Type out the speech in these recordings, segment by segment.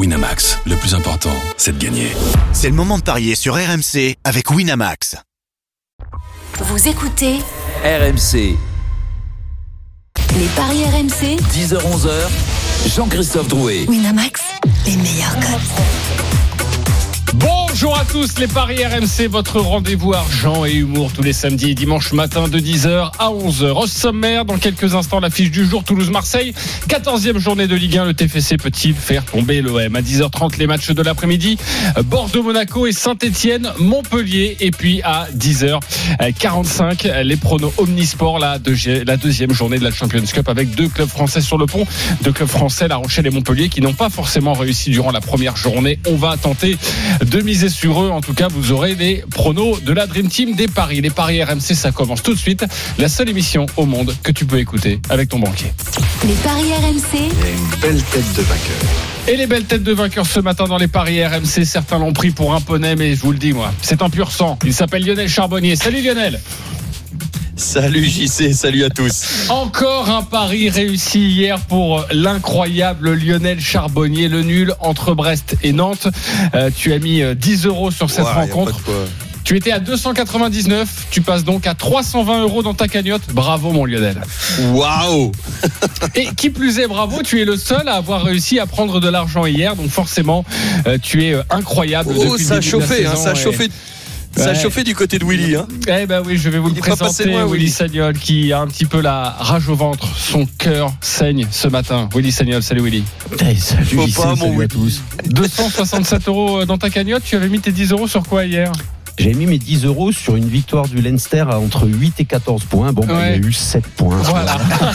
Winamax, le plus important, c'est de gagner. C'est le moment de parier sur RMC avec Winamax. Vous écoutez RMC, les paris RMC, 10h-11h, Jean-Christophe Drouet. Winamax, les meilleurs codes. Bonjour à tous, les paris RMC, votre rendez-vous argent et humour tous les samedis et dimanches matin de 10h à 11h. Au sommaire, dans quelques instants, l'affiche du jour, Toulouse-Marseille, 14e journée de Ligue 1, le TFC peut-il faire tomber l'OM? À 10h30, les matchs de l'après-midi, Bordeaux-Monaco et Saint-Etienne-Montpellier. Et puis à 10h45, les pronos Omnisport, la deuxième journée de la Champions Cup avec deux clubs français sur le pont. Deux clubs français, La Rochelle et Montpellier, qui n'ont pas forcément réussi durant la première journée. On va tenter de miser sur eux. En tout cas, vous aurez les pronos de la Dream Team des paris. Les paris RMC, ça commence tout de suite. La seule émission au monde que tu peux écouter avec ton banquier. Les paris RMC. Il y a une belle tête de vainqueur. Et les belles têtes de vainqueurs ce matin dans les paris RMC. Certains l'ont pris pour un poney, mais je vous le dis, moi, c'est un pur sang. Il s'appelle Lionel Charbonnier. Salut Lionel. Salut JC, salut à tous. Encore un pari réussi hier pour l'incroyable Lionel Charbonnier, le nul entre Brest et Nantes. Tu as mis 10 € sur cette rencontre. Tu étais à 299, tu passes donc à 320 € dans ta cagnotte. Bravo mon Lionel. Waouh. Et qui plus est, bravo, tu es le seul à avoir réussi à prendre de l'argent hier. Donc forcément, tu es incroyable. Oh, ça a chauffé, ça a chauffé. Ça a chauffé du côté de Willy. Eh ben oui, je vais vous le présenter. Willy Sagnol qui a un petit peu la rage au ventre. Son cœur saigne ce matin. Willy Sagnol, salut Willy. Hey, salut JC, salut à tous. 267 € dans ta cagnotte. Tu avais mis tes 10 € sur quoi hier? J'ai mis mes 10 € sur une victoire du Leinster à entre 8 et 14 points. Bon, il y a eu 7 points. Voilà.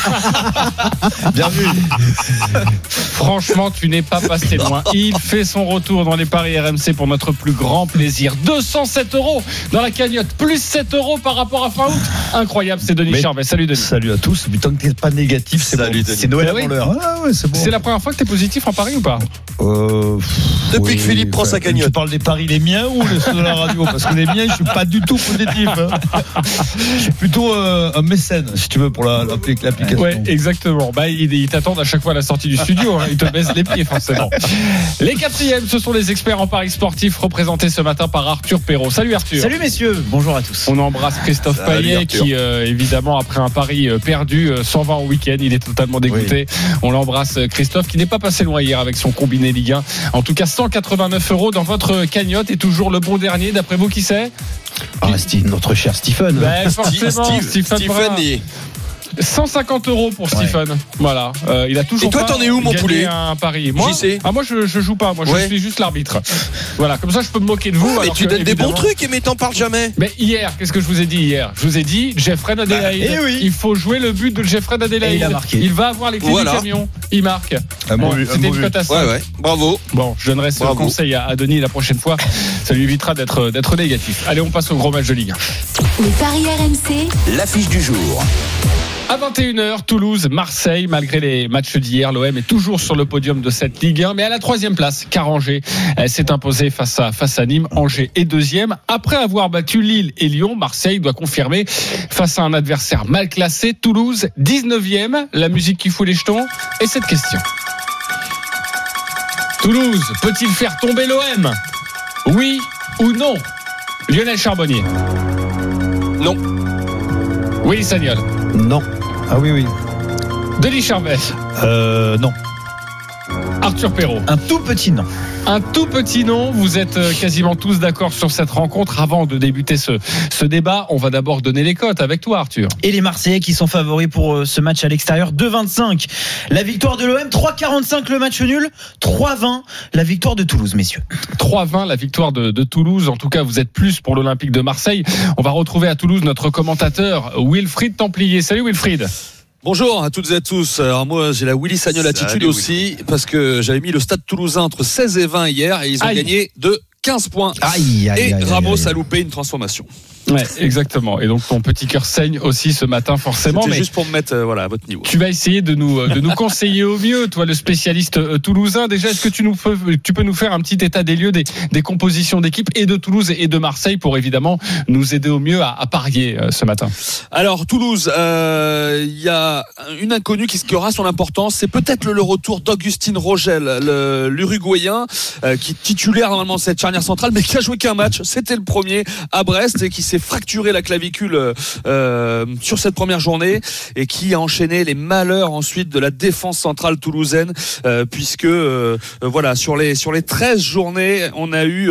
Bien vu. Franchement, tu n'es pas passé loin. Il fait son retour dans les paris RMC pour notre plus grand plaisir. 207 € dans la cagnotte, plus 7 € par rapport à fin août. Incroyable, c'est Denis Charvet. Salut Denis. Salut à tous. Mais tant que t'es pas négatif, c'est Salut, bon. Denis. C'est Noël Ah oui. avant l'heure. Ah ouais, c'est bon. C'est la première fois que tu es positif en paris ou pas? Depuis que Philippe prend sa cagnotte. Tu parles des paris les miens ou ceux de la radio? Parce que les miens, je suis pas du tout positif. Je suis plutôt un mécène, si tu veux, pour l'application. Ouais, exactement. Bah, ils t'attendent à chaque fois à la sortie du studio. Ils te baissent les pieds, forcément. Les quatrièmes, ce sont les experts en paris sportifs représentés ce matin par Arthur Perrault. Salut Arthur. Salut messieurs, bonjour à tous. On embrasse Christophe Salut Payet Arthur. qui, évidemment, après un pari perdu, s'en va en week-end. Il est totalement dégoûté. On l'embrasse, Christophe, qui n'est pas passé loin hier avec son combiné Ligue 1. En tout cas, 189 € dans votre cagnotte. Et toujours le bon dernier, d'après vous, qui c'est? Notre cher Stephen. Ben, forcément, Stephen Brun. 150 € pour Stephen. Voilà. Il a toujours. Et toi, pas t'en es où, mon gagné poulet? Un pari. Moi, JC. moi, je joue pas. Moi, je suis juste l'arbitre. Voilà. Comme ça, je peux me moquer de vous. Mais alors tu que, donnes des bons évidemment, trucs, mais t'en parles jamais. Mais hier, qu'est-ce que je vous ai dit hier? Je vous ai dit, Jeffrey Adelaide. eh oui. Il faut jouer le but de Jeffrey Adelaide. Et il a marqué. Il va avoir les clés Voilà. du camion. Il marque. bon vu, C'était bon une vu. cote à 5. Ouais. Bravo. Bon, je donnerai ce Bravo. conseil à Denis la prochaine fois. Ça lui évitera d'être négatif. Allez, on passe au gros match de Ligue 1. Les paris RMC. L'affiche du jour. À 21h, Toulouse, Marseille, malgré les matchs d'hier, l'OM est toujours sur le podium de cette Ligue 1, mais à la 3e place, car Angers s'est imposé face à Nîmes. Angers est 2e. Après avoir battu Lille et Lyon, Marseille doit confirmer face à un adversaire mal classé. Toulouse, 19e, la musique qui fout les jetons. Et cette question. Toulouse peut-il faire tomber l'OM? Oui ou non? Lionel Charbonnier. Non. Willy Sagnol. Non. Ah oui. Denis Charvet. Non. Arthur Perrault. Un tout petit nom. Un tout petit nom, vous êtes quasiment tous d'accord sur cette rencontre. Avant de débuter ce débat, on va d'abord donner les cotes avec toi Arthur. Et les Marseillais qui sont favoris pour ce match à l'extérieur, 2,25 la victoire de l'OM, 3,45 le match nul, 3,20 la victoire de Toulouse, messieurs. 3,20 la victoire de Toulouse. En tout cas, vous êtes plus pour l'Olympique de Marseille. On va retrouver à Toulouse notre commentateur Wilfried Templier. Salut Wilfried. Bonjour à toutes et à tous. Alors moi j'ai la Willy Sagnol attitude aussi parce que j'avais mis le Stade Toulousain entre 16 et 20 hier et ils ont gagné de 15 points. Aïe. Et Ramos a loupé une transformation. Ouais, exactement. Et donc ton petit cœur saigne aussi ce matin forcément. C'était mais juste pour me mettre à votre niveau. Tu vas essayer de nous conseiller au mieux, toi le spécialiste toulousain. Déjà, est-ce que tu peux nous faire un petit état des lieux des compositions d'équipe et de Toulouse et de Marseille pour évidemment nous aider au mieux à parier ce matin. Alors Toulouse, il y a une inconnue qui aura son importance. C'est peut-être le retour d'Augustin Rogel, l'Uruguayen, qui est titulaire normalement cette charnière centrale, mais qui a joué qu'un match. C'était le premier à Brest et qui s'est fracturé la clavicule sur cette première journée et qui a enchaîné les malheurs ensuite de la défense centrale toulousaine, puisque voilà, sur les 13 journées, on a eu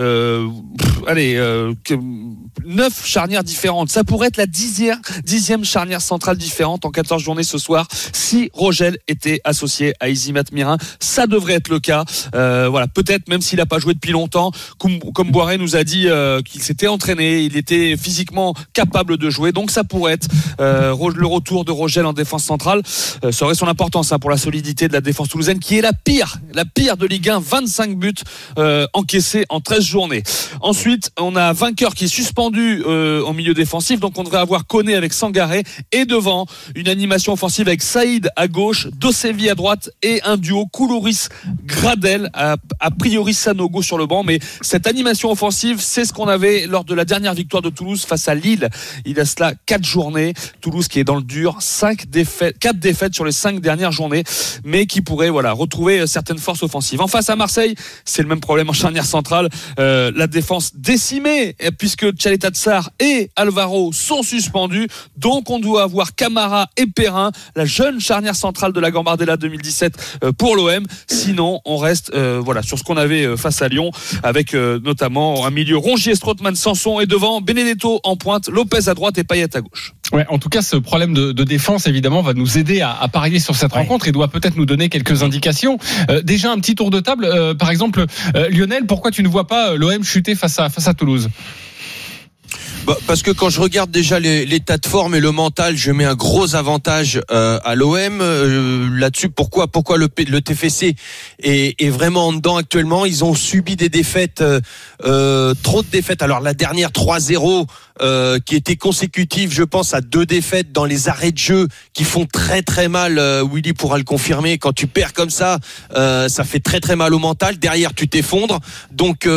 9 charnières différentes. Ça pourrait être la 10e charnière centrale différente en 14 journées ce soir si Rogel était associé à Isimat Mirin. Ça devrait être le cas. Voilà, peut-être même s'il n'a pas joué depuis longtemps, comme Boiré nous a dit qu'il s'était entraîné, il était physiquement capable de jouer. Donc ça pourrait être le retour de Rogel en défense centrale. Ça aurait son importance pour la solidité de la défense toulousaine qui est la pire de Ligue 1. 25 buts encaissés en 13 journées. Ensuite, on a un vainqueur qui est suspendu en milieu défensif, donc on devrait avoir Koné avec Sangaré et devant une animation offensive avec Saïd à gauche, Dosevi à droite et un duo Koulouris-Gradel, a priori Sanogo sur le banc. Mais cette animation offensive, c'est ce qu'on avait lors de la dernière victoire de Toulouse face à Lille. Il y a cela 4 journées. Toulouse qui est dans le dur, 4 défaites sur les 5 dernières journées, mais qui pourrait retrouver certaines forces offensives. En face à Marseille, c'est le même problème en charnière centrale. La défense décimée, puisque Tchaleta Tsar et Alvaro sont suspendus. Donc on doit avoir Camara et Perrin, la jeune charnière centrale de la Gambardella 2017 pour l'OM. Sinon, on reste sur ce qu'on avait face à Lyon, avec notamment un milieu Rongier, Strootman, Sanson et devant Benedetto en pointe, Lopez à droite et Payet à gauche. Ouais, en tout cas, ce problème de défense, évidemment, va nous aider à parier sur cette rencontre et doit peut-être nous donner quelques indications. Déjà, un petit tour de table. Par exemple, Lionel, pourquoi tu ne vois pas l'OM chuter face à Toulouse ? Parce que quand je regarde déjà l'état de forme et le mental, je mets un gros avantage à l'OM là-dessus. Pourquoi le TFC est vraiment en dedans actuellement. Ils ont subi des défaites, trop de défaites. Alors la dernière 3-0 qui était consécutive, je pense, à 2 défaites dans les arrêts de jeu qui font très très mal. Willy pourra le confirmer. Quand tu perds comme ça, ça fait très très mal au mental. Derrière, tu t'effondres. Donc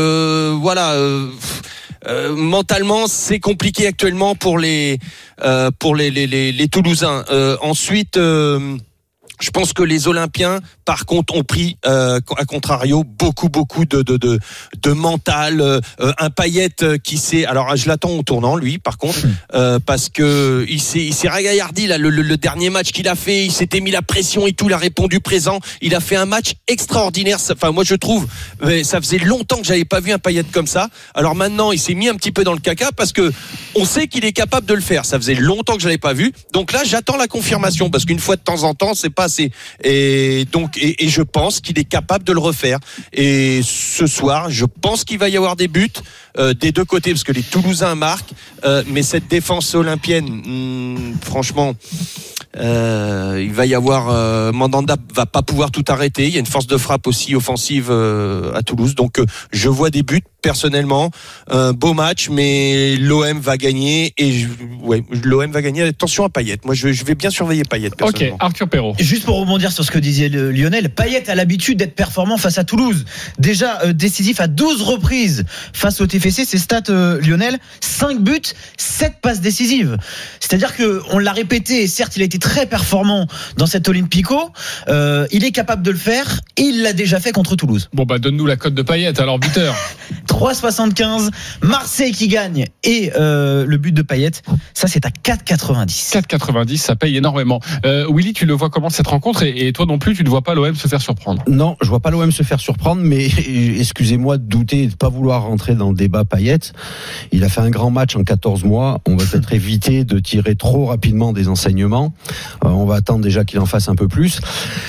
mentalement, c'est compliqué actuellement pour les Toulousains. Ensuite, je pense que les Olympiens, par contre, ont pris à contrario beaucoup de mental. Un Payet qui s'est, alors je l'attends au tournant lui, par contre, parce que il s'est ragaillardi là le dernier match qu'il a fait. Il s'était mis la pression et tout. Il a répondu présent. Il a fait un match extraordinaire. Enfin, moi je trouve, ça faisait longtemps que j'avais pas vu un Payet comme ça. Alors maintenant, il s'est mis un petit peu dans le caca parce que on sait qu'il est capable de le faire. Ça faisait longtemps que je l'avais pas vu. Donc là, j'attends la confirmation parce qu'une fois de temps en temps, c'est pas assez. Et donc, et je pense qu'il est capable de le refaire. Et ce soir, je pense qu'il va y avoir des buts des deux côtés parce que les Toulousains marquent. Mais cette défense olympienne, franchement, il va y avoir Mandanda va pas pouvoir tout arrêter. Il y a une force de frappe aussi offensive à Toulouse. Donc, je vois des buts. Personnellement, un beau match, mais l'OM va gagner l'OM va gagner. Attention à Payet. Moi, je vais bien surveiller Payet. Ok, Arthur Perrault. Juste pour rebondir sur ce que disait Lionel, Payet a l'habitude d'être performant face à Toulouse. Déjà décisif à 12 reprises face au TFC. Ses stats, Lionel, 5 buts, 7 passes décisives. C'est-à-dire que on l'a répété. Certes, il a été très performant dans cet Olympico. Il est capable de le faire et il l'a déjà fait contre Toulouse. Bon donne-nous la cote de Payet alors buteur. 3,75, Marseille qui gagne et le but de Payet, ça c'est à 4,90. 4,90, ça paye énormément. Willy, tu le vois comment cette rencontre et toi non plus, tu ne vois pas l'OM se faire surprendre? Non, je vois pas l'OM se faire surprendre, mais excusez-moi de douter et de pas vouloir rentrer dans le débat Payet. Il a fait un grand match en 14 mois. On va peut-être éviter de tirer trop rapidement des enseignements. On va attendre déjà qu'il en fasse un peu plus.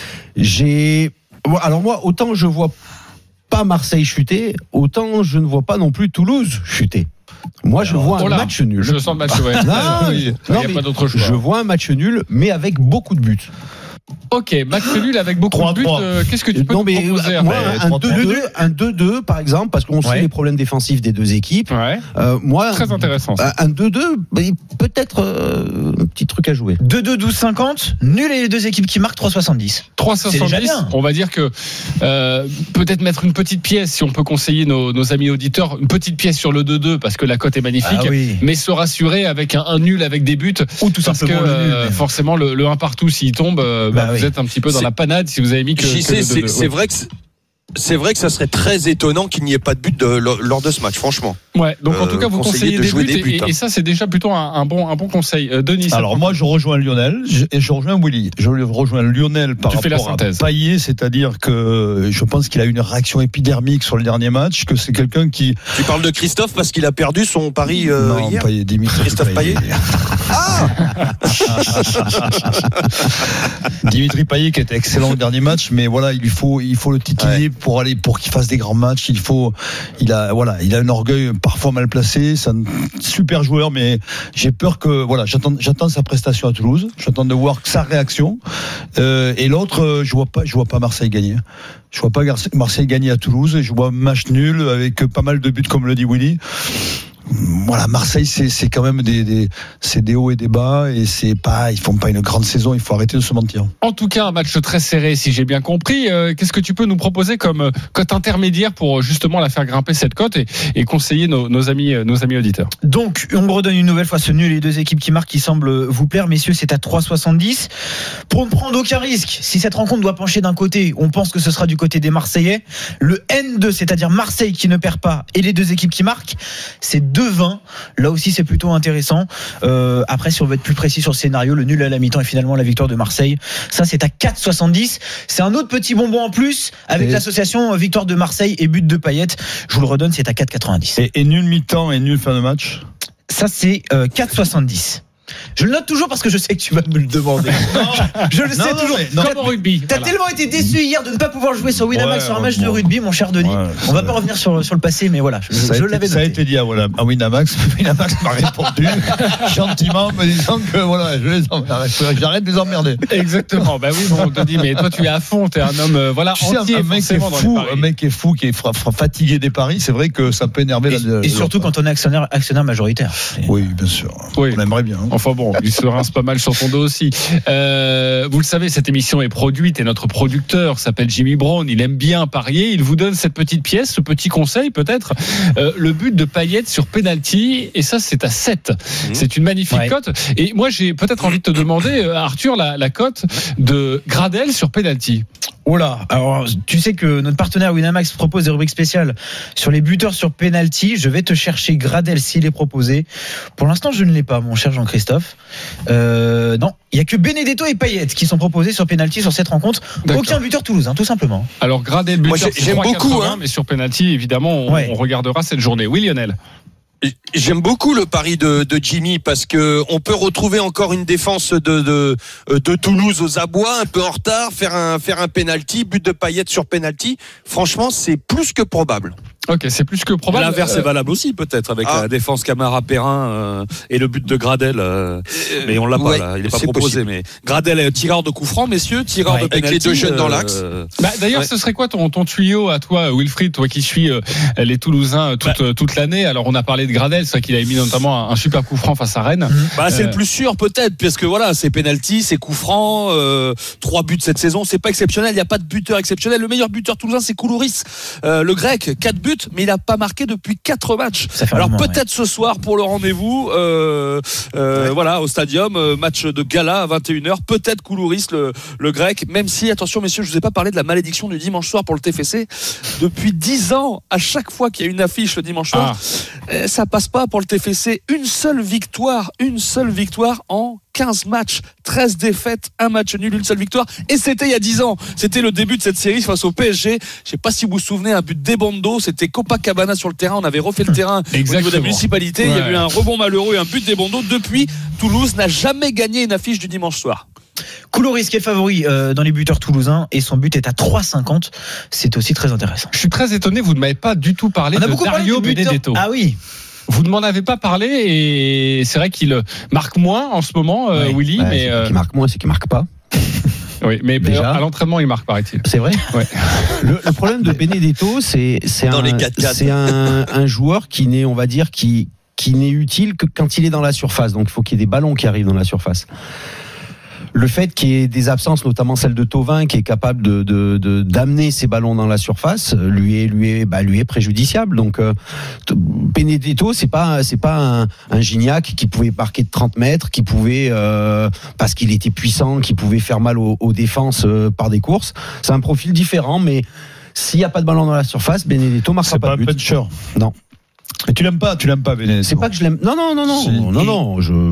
Alors moi, autant je vois pas Marseille chuter, autant je ne vois pas non plus Toulouse chuter. Moi, je vois un match nul. Je sens le match, ouais. Il n'y a pas d'autre choix. Je vois un match nul, mais avec beaucoup de buts. Ok, match nul avec beaucoup de buts. Qu'est-ce que tu peux nous proposer? Moi, un 2-2 par exemple, parce qu'on sait les problèmes défensifs des deux équipes. Moi, très intéressant. Un 2-2, peut-être un petit truc à jouer. 2-2, 12-50, nul et les deux équipes qui marquent 3,70. 3,70. On va dire que peut-être mettre une petite pièce, si on peut conseiller nos amis auditeurs, une petite pièce sur le 2-2 parce que la cote est magnifique, mais se rassurer avec un nul avec des buts, ou tout parce simplement que forcément le 1 partout s'il tombe, vous êtes un petit peu dans la panade si vous avez mis que le 2-2. C'est vrai que ça serait très étonnant qu'il n'y ait pas de but lors de ce match, franchement. Ouais, donc en tout cas, vous conseillez des buts, et ça, c'est déjà plutôt un bon conseil. Denis. Alors moi, je rejoins Lionel et je rejoins Willy. Je rejoins Lionel par rapport à Payet, c'est-à-dire que je pense qu'il a une réaction épidermique sur le dernier match, que c'est quelqu'un qui... Tu parles de Christophe parce qu'il a perdu son pari non, hier. Payet, Christophe Payet. Dimitri Payet qui était excellent au dernier match, mais voilà, il faut le titiller pour qu'il fasse des grands matchs. Il a un orgueil parfois mal placé. C'est un super joueur, mais j'ai peur que j'attends sa prestation à Toulouse. J'attends de voir sa réaction. Et l'autre, je vois pas Marseille gagner. Je vois pas Marseille gagner à Toulouse. Je vois match nul avec pas mal de buts, comme le dit Willy. Voilà, Marseille, c'est quand même c'est des hauts et des bas, et ils font pas une grande saison. Il faut arrêter de se mentir. En tout cas, un match très serré, si j'ai bien compris. Qu'est-ce que tu peux nous proposer comme cote intermédiaire pour justement la faire grimper cette cote et conseiller nos amis auditeurs? Donc, on redonne une nouvelle fois ce nul et les deux équipes qui marquent, qui semblent vous plaire, messieurs. C'est à 3,70. Pour ne prendre aucun risque, si cette rencontre doit pencher d'un côté, on pense que ce sera du côté des Marseillais. Le N2, c'est-à-dire Marseille qui ne perd pas et les deux équipes qui marquent, c'est 2,20. Là aussi, c'est plutôt intéressant. Après, si on veut être plus précis sur le scénario, le nul à la mi-temps et finalement la victoire de Marseille, ça c'est à 4,70. C'est un autre petit bonbon en plus avec l'association victoire de Marseille et but de Payet. Je vous le redonne, c'est à 4,90. Et nul mi-temps et nul fin de match, ça c'est 4,70. Je le note toujours parce que je sais que tu vas me le demander. Je le sais toujours. Comme au rugby. T'as tellement été déçu hier de ne pas pouvoir jouer sur Winamax sur un match de rugby, mon cher Denis. On va pas revenir sur le passé, mais voilà, je l'avais noté. Ça a été dit à Winamax. Winamax m'a répondu gentiment, me disant que j'arrête de les emmerder. Exactement. Bah oui, on te dit, mais toi tu es à fond, t'es un homme entier. Un mec qui est fou, qui est fatigué des paris. C'est vrai que ça peut énerver. Et surtout quand on est actionnaire majoritaire. Oui, bien sûr. On aimerait bien. Enfin bon, il se rince pas mal sur son dos aussi. Vous le savez, cette émission est produite et notre producteur s'appelle Jimmy Brown. Il aime bien parier. Il vous donne cette petite pièce, ce petit conseil peut-être. Le but de Payet sur penalty, et ça c'est à 7. C'est une magnifique cote. Et moi j'ai peut-être envie de te demander, Arthur, la cote de Gradel sur penalty. Oh là, alors tu sais que notre partenaire Winamax propose des rubriques spéciales sur les buteurs sur penalty. Je vais te chercher Gradel s'il est proposé. Pour l'instant, je ne l'ai pas, mon cher Jean-Christophe. Non, il n'y a que Benedetto et Payet qui sont proposés sur penalty sur cette rencontre. D'accord. Aucun buteur toulousain, tout simplement. Alors Gradel buteur, moi, j'aime beaucoup, mais sur penalty, évidemment, on regardera cette journée. Oui, Lionel. J'aime beaucoup le pari de Jimmy parce que on peut retrouver encore une défense de Toulouse aux abois, un peu en retard, faire un penalty, but de Payet sur penalty. Franchement, c'est plus que probable. Ok, c'est plus que probable. L'inverse est valable aussi, peut-être, avec la défense Camara-Perrin et le but de Gradel. Mais on l'a pas, là. Il n'est pas proposé. Mais Gradel est tireur de coup franc, messieurs, tireur de pénalty. Avec les deux jeunes dans l'axe. D'ailleurs, ce serait quoi ton tuyau à toi, Wilfried, toi qui suis les Toulousains toute l'année? Alors, on a parlé de Gradel, c'est vrai qu'il a mis notamment un super coup franc face à Rennes. C'est le plus sûr, peut-être, parce que voilà, c'est pénalty, c'est coup franc, 3 buts cette saison, c'est pas exceptionnel. Il n'y a pas de buteur exceptionnel. Le meilleur buteur toulousain, c'est Koulouris, le grec, 4 buts. Mais il n'a pas marqué depuis 4 matchs. Alors peut-être ce soir pour le rendez-vous, voilà, au stadium, match de gala à 21h. Peut-être Koulouris, le grec. Même si, attention messieurs, je vous ai pas parlé de la malédiction du dimanche soir pour le TFC. Depuis 10 ans, à chaque fois qu'il y a une affiche le dimanche soir, ça passe pas pour le TFC. Une seule victoire en 15 matchs, 13 défaites, 1 match nul, une seule victoire. Et c'était il y a 10 ans. C'était le début de cette série face au PSG. Je sais pas si vous vous souvenez, un but d'Ebando. C'était Copacabana sur le terrain. On avait refait le terrain au niveau de la municipalité. Il y a eu un rebond malheureux et un but d'Ebando. Depuis, Toulouse n'a jamais gagné une affiche du dimanche soir. Koulouris qui est favori dans les buteurs toulousains et son but est à 3,50. C'est aussi très intéressant. Je suis très étonné, vous ne m'avez pas du tout parlé de Dario Benedetto. Ah oui. Vous ne m'en avez pas parlé et c'est vrai qu'il marque moins en ce moment, Willy. Mais ce qui marque moins, c'est qu'il marque pas. Oui, mais Déjà. à l'entraînement, il marque, paraît-il. C'est vrai. Ouais. Le problème de Benedetto, c'est Dans les 4-4. c'est un joueur qui n'est, on va dire, qui n'est utile que quand il est dans la surface. Donc il faut qu'il y ait des ballons qui arrivent dans la surface. Le fait qu'il y ait des absences, notamment celle de Thauvin, qui est capable d'amener ces ballons dans la surface, lui est préjudiciable. Donc Benedetto, c'est pas un Gignac qui pouvait marquer de 30 mètres, qui pouvait parce qu'il était puissant, qui pouvait faire mal aux défenses par des courses. C'est un profil différent, mais s'il n'y a pas de ballon dans la surface, Benedetto marquera pas de but. C'est pas un puncher. Non. Et tu l'aimes pas Benedetto. C'est pas que je l'aime. Non. Je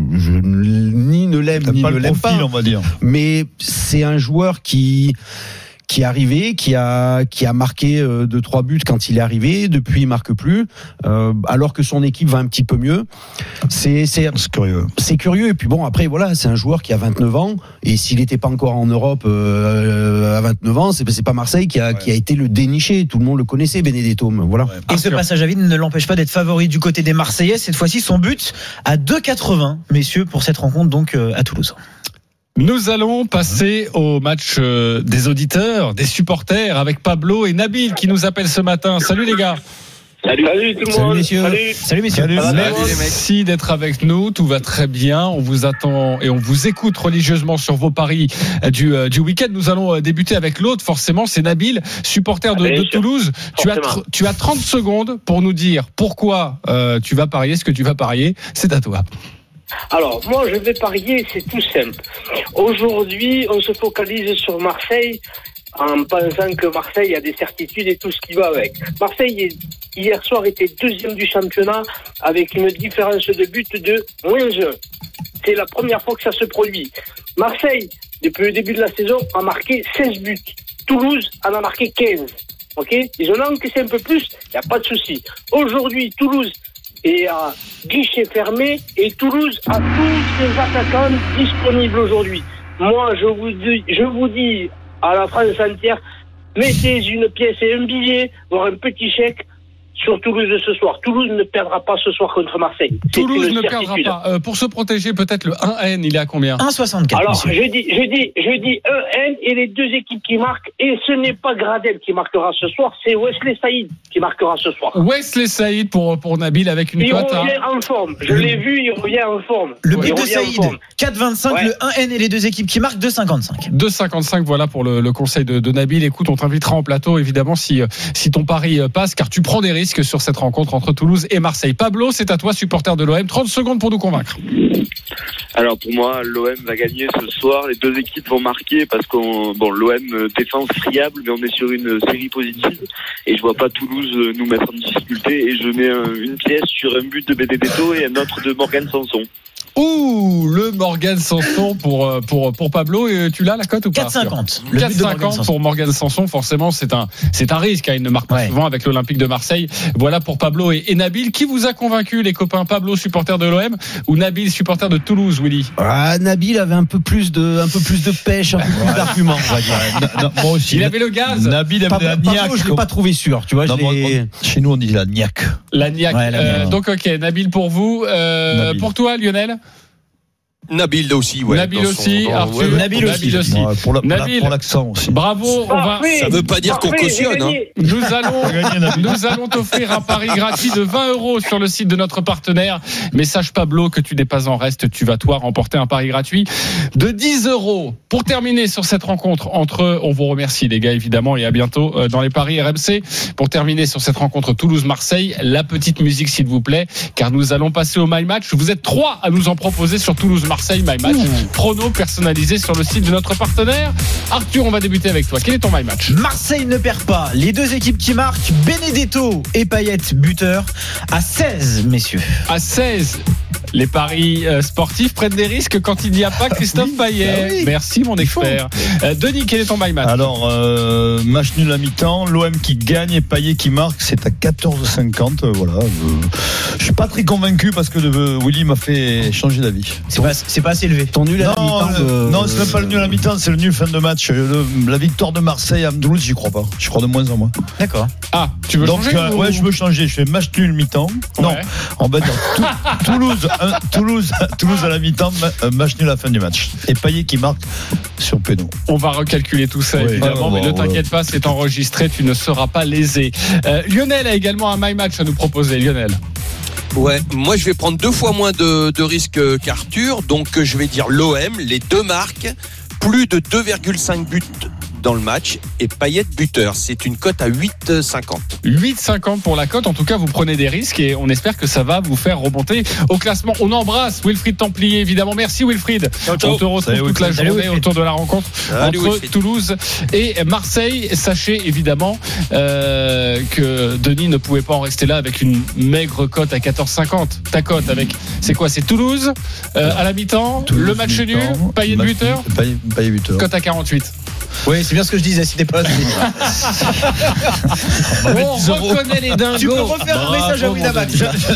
ni ne l'aime ni pas ne le l'aime profil, pas. on va dire. Mais c'est un joueur qui est arrivé, qui a marqué 2-3 buts quand il est arrivé. Depuis, il marque plus, alors que son équipe va un petit peu mieux. C'est curieux. C'est curieux. Et puis bon, après voilà, c'est un joueur qui a 29 ans. Et s'il n'était pas encore en Europe à 29 ans, c'est pas Marseille qui a été le déniché. Tout le monde le connaissait, Benedetto. Voilà. Et ce passage à vide ne l'empêche pas d'être favori du côté des Marseillais. Cette fois-ci, son but à 2,80, messieurs, pour cette rencontre donc à Toulouse. Nous allons passer au match des auditeurs, des supporters, avec Pablo et Nabil qui nous appellent ce matin. Salut les gars. Salut tout le monde. Salut messieurs. Salut messieurs. Merci d'être avec nous. Tout va très bien. On vous attend et on vous écoute religieusement sur vos paris du week-end. Nous allons débuter avec l'autre. Forcément, c'est Nabil, supporter de Toulouse. Tu as 30 secondes pour nous dire pourquoi tu vas parier ce que tu vas parier. C'est à toi. Alors, moi, je vais parier, c'est tout simple. Aujourd'hui, on se focalise sur Marseille en pensant que Marseille a des certitudes et tout ce qui va avec. Marseille, hier soir, était deuxième du championnat avec une différence de but de -1. C'est la première fois que ça se produit. Marseille, depuis le début de la saison, a marqué 16 buts. Toulouse en a marqué 15. Ok ? Ils en ont encaissé un peu plus, il n'y a pas de souci. Aujourd'hui, Toulouse est à guichet fermé et Toulouse a tous ses attaquants disponibles aujourd'hui. Moi, je vous dis à la France entière, mettez une pièce et un billet, voire un petit chèque sur Toulouse de ce soir. Toulouse ne perdra pas ce soir contre Marseille. Toulouse ne perdra pas. Pour se protéger, peut-être le 1N, il est à combien ? 1,64. Alors, je dis 1N et les deux équipes qui marquent. Et ce n'est pas Gradel qui marquera ce soir, c'est Wesley Saïd qui marquera ce soir. Wesley Saïd pour Nabil avec une cote. Il revient en forme. Je l'ai vu, il revient en forme. Le but de Saïd, 4,25. Ouais. Le 1N et les deux équipes qui marquent, 2,55. 2,55, voilà pour le conseil de Nabil. Écoute, on t'invitera en plateau, évidemment, si ton pari passe, car tu prends des risques sur cette rencontre entre Toulouse et Marseille. Pablo, c'est à toi, supporter de l'OM. 30 secondes pour nous convaincre. Alors pour moi, l'OM va gagner ce soir. Les deux équipes vont marquer parce que l'OM défense friable, mais on est sur une série positive et je vois pas Toulouse nous mettre en difficulté. Et je mets une pièce sur un but de Benedetto et un autre de Morgan Sanson. Ouh, le Morgan Sanson pour Pablo. Et tu l'as la cote ou pas ? 4,50. 4,50 pour Morgan Sanson. Forcément, c'est un risque. Il ne marque pas souvent avec l'Olympique de Marseille. Voilà pour Pablo et Nabil. Qui vous a convaincu, les copains ? Pablo, supporter de l'OM, ou Nabil, supporter de Toulouse, Willy ? Nabil avait un peu plus de pêche, un peu plus d'arguments, on va dire. Moi aussi. Il avait le gaz. Nabil avait la niaque. Pablo, je l'ai pas trouvé sûr. Tu vois, chez nous, on dit la niaque. La niaque. Donc, ok, Nabil pour vous. Nabil. Pour toi, Lionel ? Nabil aussi, ouais. Nabil aussi, Arthur. Nabil aussi. Ouais, pour l'accent aussi. Bravo, ça veut pas dire qu'on cautionne, hein. Nous allons t'offrir un pari gratuit de 20 € sur le site de notre partenaire. Mais sache, Pablo, que tu n'es pas en reste. Tu vas, toi, remporter un pari gratuit de 10 €. Pour terminer sur cette rencontre on vous remercie, les gars, évidemment, et à bientôt dans les paris RMC. Pour terminer sur cette rencontre Toulouse-Marseille, la petite musique, s'il vous plaît, car nous allons passer au My Match. Vous êtes 3 à nous en proposer sur Toulouse-Marseille, My Match. Prono personnalisé sur le site de notre partenaire. Arthur, on va débuter avec toi. Quel est ton My Match ? Marseille ne perd pas. Les deux équipes qui marquent, Benedetto et Payet, buteur, à 16, messieurs. À 16. Les paris sportifs prennent des risques quand il n'y a pas Christophe Payet. Oui. Merci, mon expert. Denis, quel est ton My Match ? Alors, match nul à mi-temps, l'OM qui gagne et Payet qui marque, c'est à 14,50. Voilà. Je suis pas très convaincu parce que Willy m'a fait changer d'avis. C'est pas assez élevé. Ton nul à la mi-temps. Non, c'est même pas le nul à la mi-temps, c'est le nul fin de match. La victoire de Marseille à Toulouse, j'y crois pas. Je crois de moins en moins. D'accord. Ah, tu veux changer Ouais, je veux changer. Je fais match nul mi-temps. Non, on va dire Toulouse Toulouse à la mi-temps, match nul à la fin du match. Et Payet qui marque sur péno. On va recalculer tout ça, évidemment, mais ne t'inquiète pas, c'est enregistré, tu ne seras pas lésé. Lionel a également un My Match à nous proposer. Lionel. Ouais, moi je vais prendre 2 fois moins de risques qu'Arthur, donc je vais dire l'OM, les deux marques, plus de 2,5 buts dans le match et Payet buteur. C'est une cote à 8,50. 8,50 pour la cote. En tout cas, vous prenez des risques et on espère que ça va vous faire remonter au classement. On embrasse Wilfried Templier, évidemment. Merci Wilfried. Ciao, ciao. On te retrouve toute la journée autour de la rencontre entre Wilfried. Toulouse et Marseille. Sachez évidemment que Denis ne pouvait pas en rester là avec une maigre cote à 14,50. Ta cote avec, c'est quoi? C'est Toulouse à la mi-temps, Toulouse, le match mi-temps, nul, Payet buteur. Payet buteur. Cote à 48. Oui, c'est bien ce que je disais, c'était pas. On reconnaît les dingos. Tu peux refaire un message à Winamax.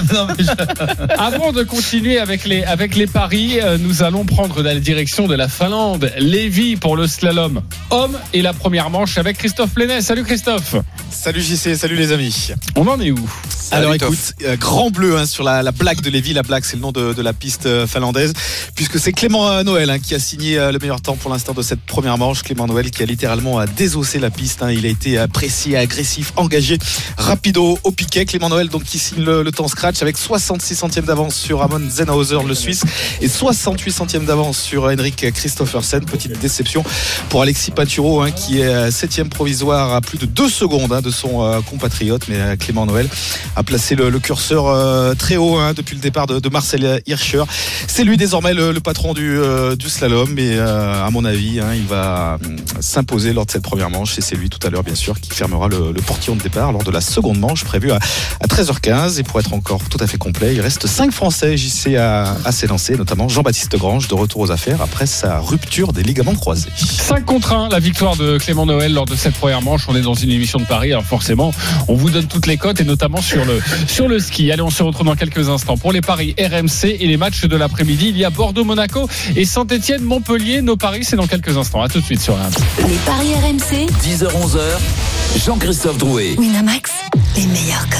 Avant de continuer avec les paris, nous allons prendre la direction de la Finlande. Lévi pour le slalom homme et la première manche avec Christophe Plenet. Salut Christophe. Salut JC, salut les amis. On en est où? Alors écoute, grand bleu sur la blague de Lévi. La blague, c'est le nom de la piste finlandaise, puisque c'est Clément Noël qui a signé le meilleur temps pour l'instant de cette première manche. Clément Noël qui a littéralement désossé la piste. Il a été précis, agressif, engagé, rapido au piquet. Clément Noël donc qui signe le temps scratch avec 66 centièmes d'avance sur Ramon Zenhauser, le Suisse, et 68 centièmes d'avance sur Henrik Christophersen. Petite déception pour Alexis Pinturo qui est 7e provisoire à plus de 2 secondes de son compatriote, mais Clément Noël a placé le curseur très haut depuis le départ de Marcel Hirscher. C'est lui désormais le patron du slalom, et à mon avis il va s'imposer lors de cette première manche, et c'est lui tout à l'heure bien sûr qui fermera le portillon de départ lors de la seconde manche prévue à 13h15. Et pour être encore tout à fait complet, il reste 5 Français JC à s'élancer, notamment Jean-Baptiste Grange, de retour aux affaires après sa rupture des ligaments croisés. 5-1 la victoire de Clément Noël lors de cette première manche. On est dans une émission de paris, alors forcément on vous donne toutes les cotes, et notamment sur le ski. Allez, on se retrouve dans quelques instants pour les paris RMC et les matchs de l'après-midi. Il y a Bordeaux-Monaco et Saint-Etienne-Montpellier. Nos paris, c'est dans quelques instants. À tout de suite sur RMC. Les paris RMC. 10h-11h, Jean-Christophe Drouet. Winamax, les meilleurs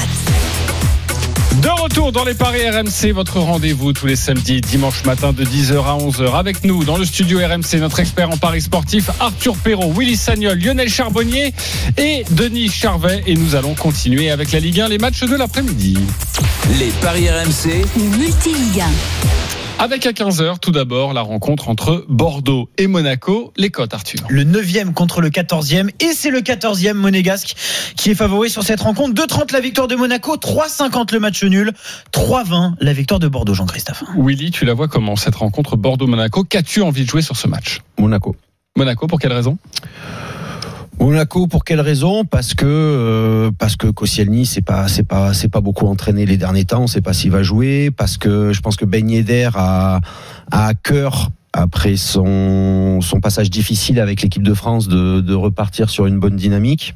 cotes. De retour dans les paris RMC, votre rendez-vous tous les samedis, dimanche matin de 10h à 11h. Avec nous dans le studio RMC, notre expert en paris sportif Arthur Perrault, Willy Sagnol, Lionel Charbonnier et Denis Charvet. Et nous allons continuer avec la Ligue 1, les matchs de l'après-midi. Les paris RMC, Multi-Ligue 1. Avec à 15h, tout d'abord, la rencontre entre Bordeaux et Monaco. Les cotes, Arthur. Le 9e contre le 14e. Et c'est le 14e monégasque qui est favori sur cette rencontre. 2,30 la victoire de Monaco, 3,50 le match nul, 3,20 la victoire de Bordeaux, Jean-Christophe. Willy, tu la vois comment cette rencontre Bordeaux-Monaco? Qu'as-tu envie de jouer sur ce match? Monaco. Monaco, pour quelle raison? Monaco, pour quelle raison? Parce que Koscielny c'est pas beaucoup entraîné les derniers temps, on sait pas s'il va jouer, parce que je pense que Ben Yedder a à cœur, après son passage difficile avec l'équipe de France, de repartir sur une bonne dynamique.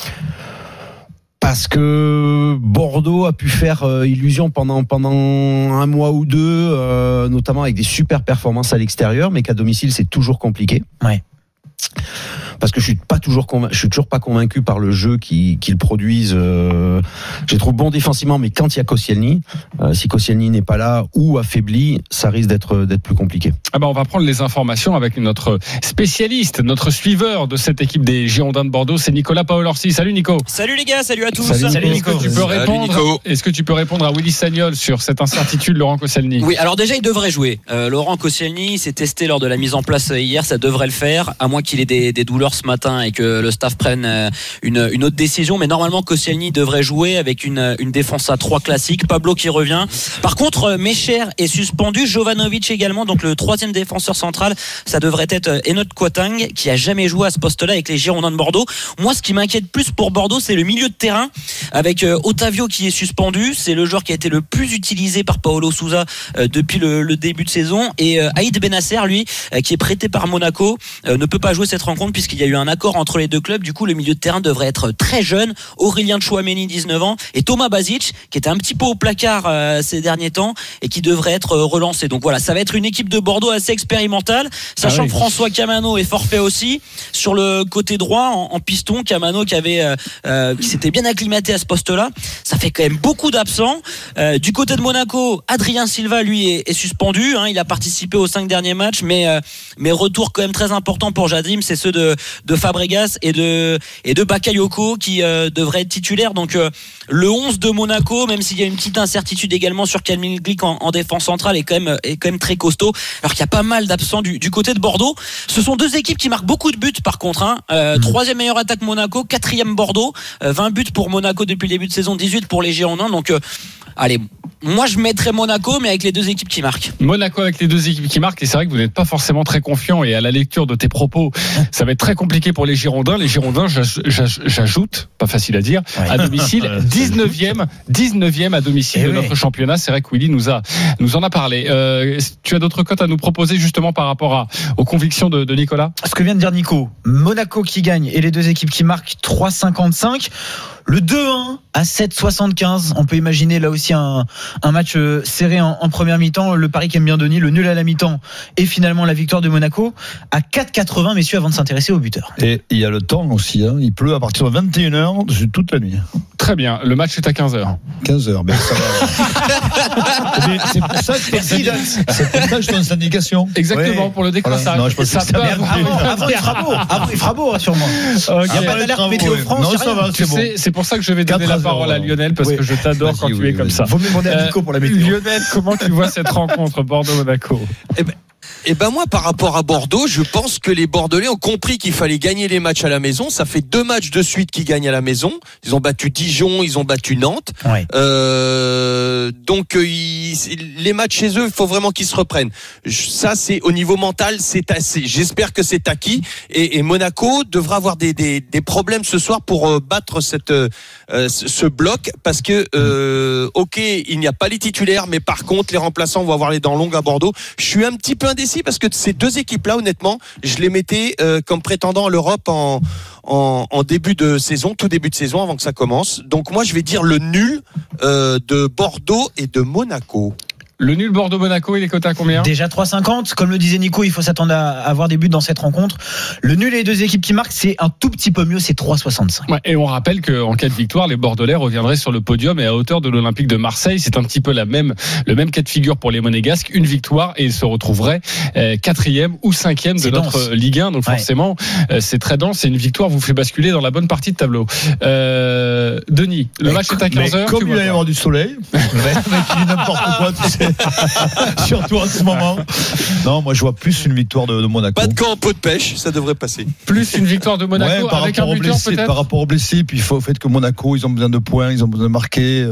Parce que Bordeaux a pu faire illusion pendant un mois ou deux, notamment avec des super performances à l'extérieur, mais qu'à domicile c'est toujours compliqué. Ouais. Parce que je suis toujours pas convaincu par le jeu qu'ils produisent. Je les trouve bons défensivement, mais quand il y a Koscielny, si Koscielny n'est pas là ou affaibli, ça risque d'être plus compliqué. On va prendre les informations avec notre spécialiste, notre suiveur de cette équipe des Girondins de Bordeaux, c'est Nicolas Paolorsi. Salut Nico. Salut les gars, salut à tous. Salut Nico. Est-ce que tu peux répondre à Willy Sagnol sur cette incertitude Laurent Koscielny? Oui, alors déjà il devrait jouer. Laurent Koscielny s'est testé lors de la mise en place hier, ça devrait le faire, à moins qu'il ait des douleurs ce matin et que le staff prenne une autre décision. Mais normalement Koscielny devrait jouer avec une défense à 3 classique. Pablo qui revient. Par contre, Mecher est suspendu, Jovanovic également, donc le 3e défenseur central, ça devrait être Enoch Kouatang, qui a jamais joué à ce poste-là avec les Girondins de Bordeaux. Moi, ce qui m'inquiète plus pour Bordeaux, c'est le milieu de terrain avec Otavio qui est suspendu. C'est le joueur qui a été le plus utilisé par Paulo Sousa depuis le début de saison. Et Aïd Benasser, lui, qui est prêté par Monaco, ne peut pas jouer cette rencontre puisqu'il qu'il y a eu un accord entre les deux clubs. Du coup, le milieu de terrain devrait être très jeune. Aurélien Tchouaméni, 19 ans, et Thomas Basic, qui était un petit peu au placard ces derniers temps et qui devrait être relancé. Donc voilà, ça va être une équipe de Bordeaux assez expérimentale, sachant que François Camano est forfait aussi sur le côté droit en piston. Camano qui s'était bien acclimaté à ce poste-là. Ça fait quand même beaucoup d'absents. Du côté de Monaco, Adrien Silva, lui, est suspendu. Il a participé aux 5 derniers matchs, mais retour quand même très important pour Jardim, c'est ceux de Fabregas et de Bakayoko qui devraient être titulaires. Donc le 11 de Monaco, même s'il y a une petite incertitude également sur Kamil Glik en défense centrale, est quand même très costaud. Alors qu'il y a pas mal d'absents du côté de Bordeaux. Ce sont deux équipes qui marquent beaucoup de buts par contre. 3e meilleure attaque Monaco, 4e Bordeaux. 20 buts pour Monaco depuis le début de saison, 18 pour les Girondins. Donc allez, moi je mettrais Monaco, mais avec les deux équipes qui marquent. Monaco avec les deux équipes qui marquent, et c'est vrai que vous n'êtes pas forcément très confiant, et à la lecture de tes propos, ça va être très compliqué pour les Girondins. Les Girondins, j'ajoute, pas facile à dire, à domicile, 19e à domicile de notre championnat. C'est vrai que Willy nous en a parlé. Tu as d'autres cotes à nous proposer justement par rapport aux convictions de Nicolas? Ce que vient de dire Nico, Monaco qui gagne et les deux équipes qui marquent, 3,55. Le 2-1 à 7,75. On peut imaginer là aussi un match serré en première mi-temps. Le pari qu'aime bien Denis, le nul à la mi-temps et finalement la victoire de Monaco à 4,80, messieurs, avant de s'intéresser au buteur. Et il y a le temps aussi. Il pleut à partir de 21h toute la nuit. Très bien. Le match est à 15h. 15h, ben ça va. C'est pour ça que je donne cette indication. Exactement, pour le décroissage. Non, je pense que ça avant, il fera beau, rassure-moi. Il n'y a pas d'alerte météo France. Non, ça va, c'est bon. C'est pour ça que je vais donner la parole à Lionel, parce que je t'adore quand tu es comme ça. Vaut mieux demander à Nico pour la météo. Lionel, comment tu vois cette rencontre Bordeaux-Monaco? Eh ben moi, par rapport à Bordeaux, je pense que les Bordelais ont compris qu'il fallait gagner les matchs à la maison. Ça fait 2 matchs de suite qu'ils gagnent à la maison. Ils ont battu Dijon, ils ont battu Nantes. Ouais. Donc les matchs chez eux, il faut vraiment qu'ils se reprennent. Ça, c'est au niveau mental, c'est assez. J'espère que c'est acquis. Et Monaco devra avoir des problèmes ce soir pour battre ce bloc, parce que ok, il n'y a pas les titulaires, mais par contre les remplaçants vont avoir les dents longues à Bordeaux. Je suis un petit peu indécis parce que ces deux équipes-là, honnêtement, je les mettais comme prétendants à l'Europe en début de saison, tout début de saison, avant que ça commence. Donc moi, je vais dire le nul de Bordeaux et de Monaco. Le nul Bordeaux-Monaco, il est coté à combien? Déjà 3,50. Comme le disait Nico, il faut s'attendre à avoir des buts dans cette rencontre. Le nul et les deux équipes qui marquent, c'est un tout petit peu mieux, c'est 3,65. Ouais, et on rappelle qu'en cas de victoire, les Bordelais reviendraient sur le podium et à hauteur de l'Olympique de Marseille. C'est un petit peu le même cas de figure pour les Monégasques. Une victoire et ils se retrouveraient 4e ou 5e de notre Ligue 1. Donc forcément, c'est très dense. C'est une victoire vous fait basculer dans la bonne partie de tableau. Denis, le match est à 15h. Comme il va y avoir du soleil, il dit n'importe quoi, tu sais. Surtout en ce moment. Non, moi je vois plus une victoire de Monaco. Pas de camp en pot de pêche, ça devrait passer. Plus une victoire de Monaco avec un buteur peut-être. Par rapport aux blessés, puis au fait que Monaco, ils ont besoin de points, ils ont besoin de marquer.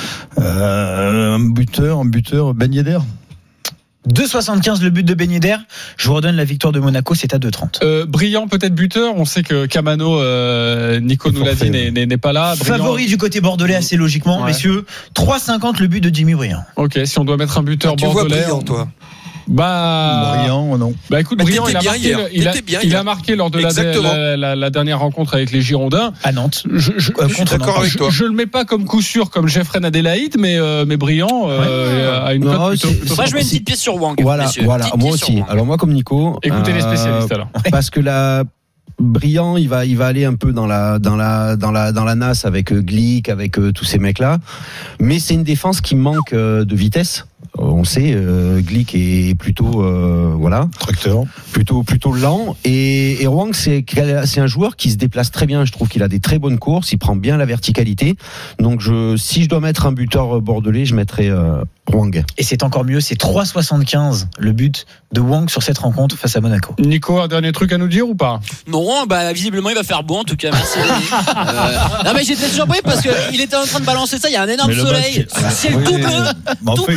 Un buteur, Ben Yedder. 2,75 le but de Ben Yedder. Je vous redonne la victoire de Monaco, c'est à 2,30. Brillant peut-être buteur. On sait que Camano, Nico nous l'a dit, n'est pas là. Brillant. Favori du côté bordelais assez logiquement, messieurs. 3,50 le but de Jimmy Brillant. Ok, si on doit mettre un buteur bordelais. Tu vois Brillant, toi? Brillant, non. Écoute, Brillant, il a marqué lors de la dernière rencontre avec les Girondins à Nantes. Je suis d'accord avec toi. Je le mets pas comme coup sûr comme Jeffrey Adélaïde, mais Brillant a une cote plutôt. Moi, je mets une petite pièce sur Wang. Voilà. Moi aussi. Alors moi, comme Nico. Écoutez les spécialistes alors. Parce que Brillant, il va aller un peu dans la nasse avec Glick, avec tous ces mecs-là. Mais c'est une défense qui manque de vitesse. On sait, Glick est plutôt tracteur, plutôt lent. Et Wang, c'est un joueur qui se déplace très bien. Je trouve qu'il a des très bonnes courses. Il prend bien la verticalité. Donc si je dois mettre un buteur bordelais, je mettrais Wang. Et c'est encore mieux, c'est 3,75 le but de Wang sur cette rencontre face à Monaco. Nico, un dernier truc à nous dire ou pas? Non, visiblement il va faire beau en tout cas. Merci. Non mais j'étais surpris parce que il était en train de balancer ça. Il y a un énorme soleil, ciel tout bleu, tout bleu le ciel.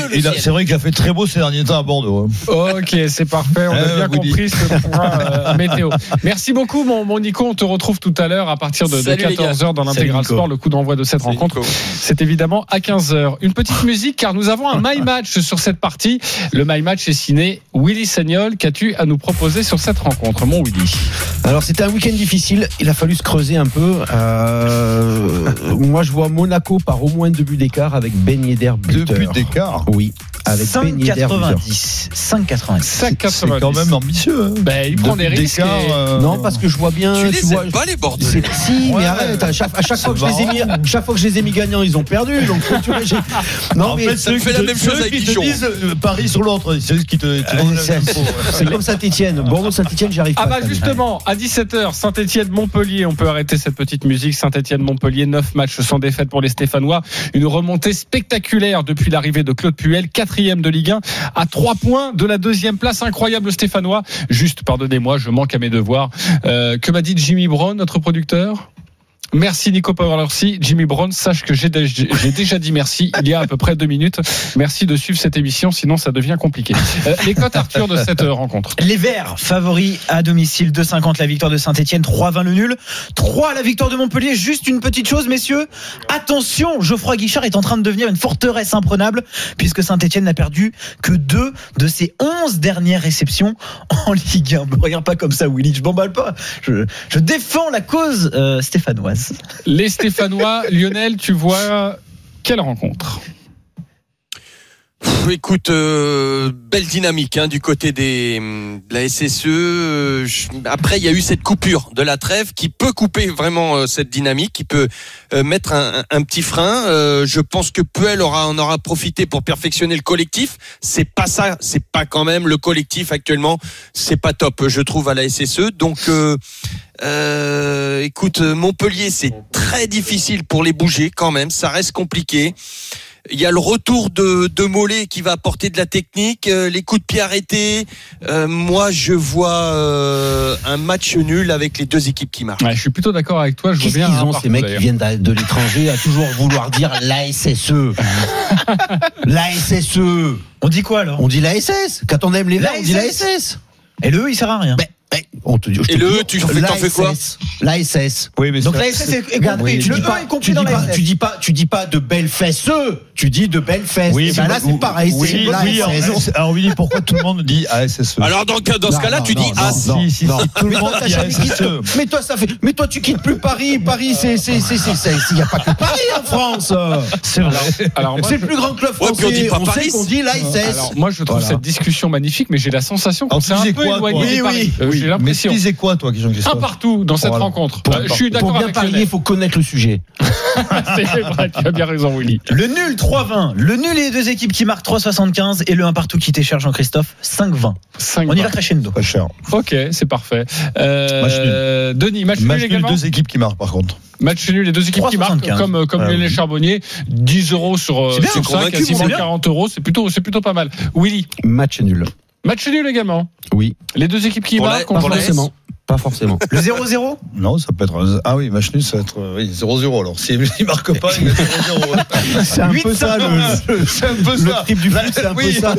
C'est vrai qu'il a fait très beau ces derniers temps à Bordeaux. Ok, c'est parfait. On a bien compris ce point météo. Merci beaucoup, mon Nico. On te retrouve tout à l'heure à partir de 14h dans l'Intégral Sport. Le coup d'envoi de cette rencontre, c'est évidemment à 15h. Une petite musique, car nous avons un My Match sur cette partie. Le My Match est signé Willy Sagnol. Qu'as-tu à nous proposer sur cette rencontre, mon Willy? Alors, c'était un week-end difficile. Il a fallu se creuser un peu. Moi, je vois Monaco par au moins 2 buts d'écart avec Ben Yedder buteur. 2 buts d'écart. Oui, avec Ben Yedder buteur. 5,90. C'est quand même ambitieux. Hein. Ben, il prend des risques. Non, parce que je vois bien. Tu vois pas les Bordelais. Si, mais arrête. À chaque fois que je les ai mis gagnants, ils ont perdu. Donc, tu vois, non, en mais fait, ça fait la même chose avec Dijon. Ils te disent Paris sur l'autre. C'est ce qui te. C'est comme Saint-Etienne. Bordeaux-Saint-Etienne, j'y arrive pas. Ah bah justement, à 17h, Saint-Etienne-Montpellier, on peut arrêter cette petite musique. Saint-Etienne-Montpellier, 9 matchs sans défaite pour les Stéphanois. Une remontée spectaculaire depuis l'arrivée de Claude Puel, 4e de Ligue 1, à 3 points de la 2e place. Incroyable Stéphanois. Juste, pardonnez-moi, je manque à mes devoirs. Que m'a dit Jimmy Brown, notre producteur ? Merci Nico Powerlorsi. Jimmy Brown, sache que j'ai déjà dit merci il y a à peu près 2 minutes. Merci de suivre cette émission, sinon ça devient compliqué. Les cotes, Arthur, de cette rencontre. Les Verts, favoris à domicile, 2,50 la victoire de Saint-Etienne, 3,20 le nul, 3 la victoire de Montpellier. Juste une petite chose, messieurs, attention, Geoffroy Guichard est en train de devenir une forteresse imprenable, puisque Saint-Etienne n'a perdu que 2 de ses 11 dernières réceptions en Ligue 1. Me regarde pas comme ça, Willy, je m'emballe pas. Je défends la cause stéphanoise. Les Stéphanois, Lionel, tu vois quelle rencontre? Écoute, belle dynamique du côté de la SSE. Après, il y a eu cette coupure de la trêve qui peut couper vraiment cette dynamique, qui peut mettre un petit frein. Je pense que Puel en aura profité pour perfectionner le collectif. C'est pas ça, c'est pas quand même le collectif actuellement. C'est pas top, je trouve, à la SSE. Donc, écoute, Montpellier, c'est très difficile pour les bouger quand même. Ça reste compliqué. Il y a le retour de Mollet qui va apporter de la technique, les coups de pied arrêtés. Moi, je vois un match nul avec les 2 équipes qui marquent. Ouais, je suis plutôt d'accord avec toi. Qu'est-ce qu'ils ont, ces mecs qui viennent de l'étranger, à toujours vouloir dire la SSE. La SSE. On dit quoi alors? On dit la SS. Quand on aime les Verts, on dit la SS. Et le E, il sert à rien. On te dit, et le E, tu fais quoi? La SS. Oui, mais donc la SS est compris. Le E est compris dans la SS. Tu dis pas de belles fesses, tu dis de belles fesses. Oui, ben là c'est pareil. Oui, alors Willy, pourquoi tout le monde dit ASSE? Alors dans ce cas-là, tu dis AS. Si, tout le monde dit ASSE. Mais toi tu quittes plus Paris. Paris, c'est il y a pas que Paris en France. C'est vrai. Alors c'est le plus grand club français. On sait qu'on dit l'ASS. Alors moi je trouve cette discussion magnifique, mais j'ai la sensation qu'on s'est un peu éloigné de Paris. J'ai l'impression. Mais tu disais quoi, toi, Jean-Christophe? Un partout dans cette rencontre. Je suis d'accord avec Pour bien parier, il faut connaître le sujet. C'est vrai, tu as bien raison, Willy. Le nul, 3,20. Le nul et les 2 équipes qui marquent 3,75. Et le 1 partout qui t'est cher, Jean-Christophe, 5,20. On y va crescendo. Pas cher. Ok, c'est parfait. Denis, match nul également. 2 équipes qui marquent, par contre. Match nul, les 2 équipes qui marquent, comme les Charbonniers. 10 euros sur 5, quasiment 40 euros. C'est plutôt pas mal. Willy. Match nul. Match nul également. Oui. Les 2 équipes qui marquent. Pas forcément. Le 0-0? Non, ça peut être. Ah oui, match nul, ça va être 0-0. Alors, s'il ne marque pas, il va être 0-0. C'est un peu ça, le trip du foot, c'est un peu ça.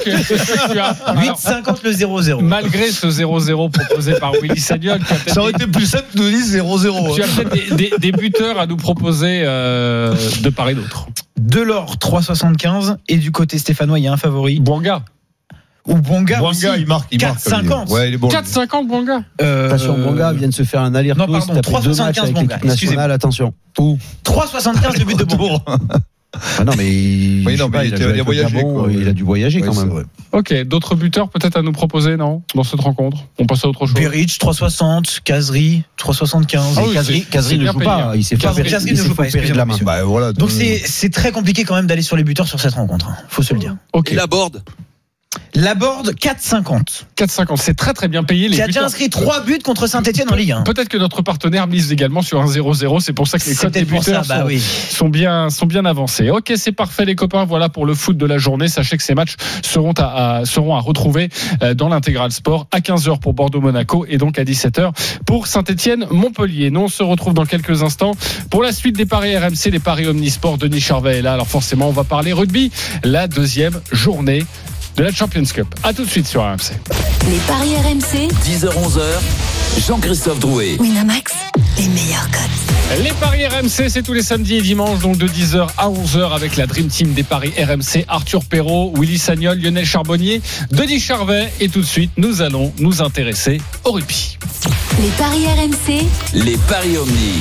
8,50 le 0-0. Malgré ce 0-0 proposé par Willy Sagnol, ça aurait été plus simple de nous dire 0-0. Tu as peut-être des buteurs à nous proposer de part et d'autre. Delors, 3,75. Et du côté stéphanois, il y a un favori. Bouanga. Ou Bouanga aussi. Il marque. 4,50. Ouais, il est bon. 4,50 Bouanga. Attention, Bouanga vient de se faire un aller-retour. Non, pardon, 3,75 Bouanga. Nationale, attention. 3,75 le but de Bouanga. Ah non, mais il a voyagé. Il a dû voyager quand même. Ok, d'autres buteurs peut-être à nous proposer, non, dans cette rencontre? On passe à autre chose. Beric, 3,60. Kazri, 3,75. Kazri ne joue pas. Il s'est fait opérer de la main. Donc c'est très compliqué quand même d'aller sur les buteurs sur cette rencontre. Faut se le dire. Et la board. Laborde 4,50. 4,50, c'est très très bien payé. Qui a déjà inscrit 3 buts contre Saint-Etienne en Ligue 1. Peut-être que notre partenaire mise également sur un 0-0. C'est pour ça que les cotes des buteurs sont bien avancés. Ok, c'est parfait les copains. Voilà pour le foot de la journée. Sachez que ces matchs seront à retrouver dans l'Intégral Sport à 15h pour Bordeaux-Monaco et donc à 17h pour Saint-Etienne-Montpellier. Nous on se retrouve dans quelques instants pour la suite des paris RMC, les paris Omnisport. Denis Charvet est là. Alors forcément on va parler rugby, la deuxième journée de la Champions Cup. A tout de suite sur RMC. Les paris RMC, 10h-11h, Jean-Christophe Drouet. Winamax, les meilleurs cotes. Les paris RMC, c'est tous les samedis et dimanches, donc de 10h à 11h avec la Dream Team des paris RMC, Arthur Perrault, Willy Sagnol, Lionel Charbonnier, Denis Charvet. Et tout de suite, nous allons nous intéresser au rugby. Les paris RMC, les paris Omni.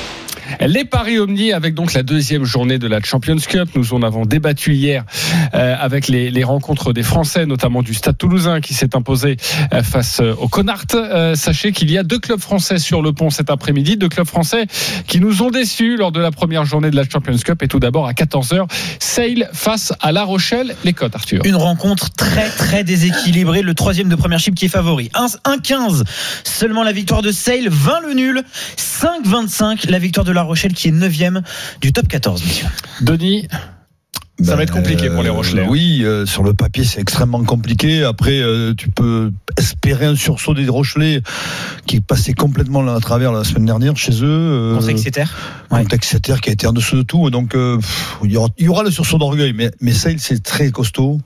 Les paris Omni avec donc la deuxième journée de la Champions Cup. Nous en avons débattu hier avec les rencontres des Français, notamment du Stade Toulousain qui s'est imposé face au Connacht. Sachez qu'il y a 2 clubs français sur le pont cet après-midi, 2 clubs français qui nous ont déçus lors de la première journée de la Champions Cup. Et tout d'abord à 14h, Sale face à La Rochelle. Les cotes, Arthur. Une rencontre très très déséquilibrée. Le 3e de Premiership qui est favori. 1,15 seulement la victoire de Sale, 20 le nul, 5,25 la victoire de La Rochelle qui est 9e du top 14, messieurs. Denis, ça va être compliqué pour les Rochelais. Oui, sur le papier, c'est extrêmement compliqué. Après, tu peux espérer un sursaut des Rochelais qui est passé complètement à travers la semaine dernière chez eux. Contre Exeter. Contre Exeter qui a été en dessous de tout. Donc, il y aura le sursaut d'orgueil. Mais ça, c'est très costaud.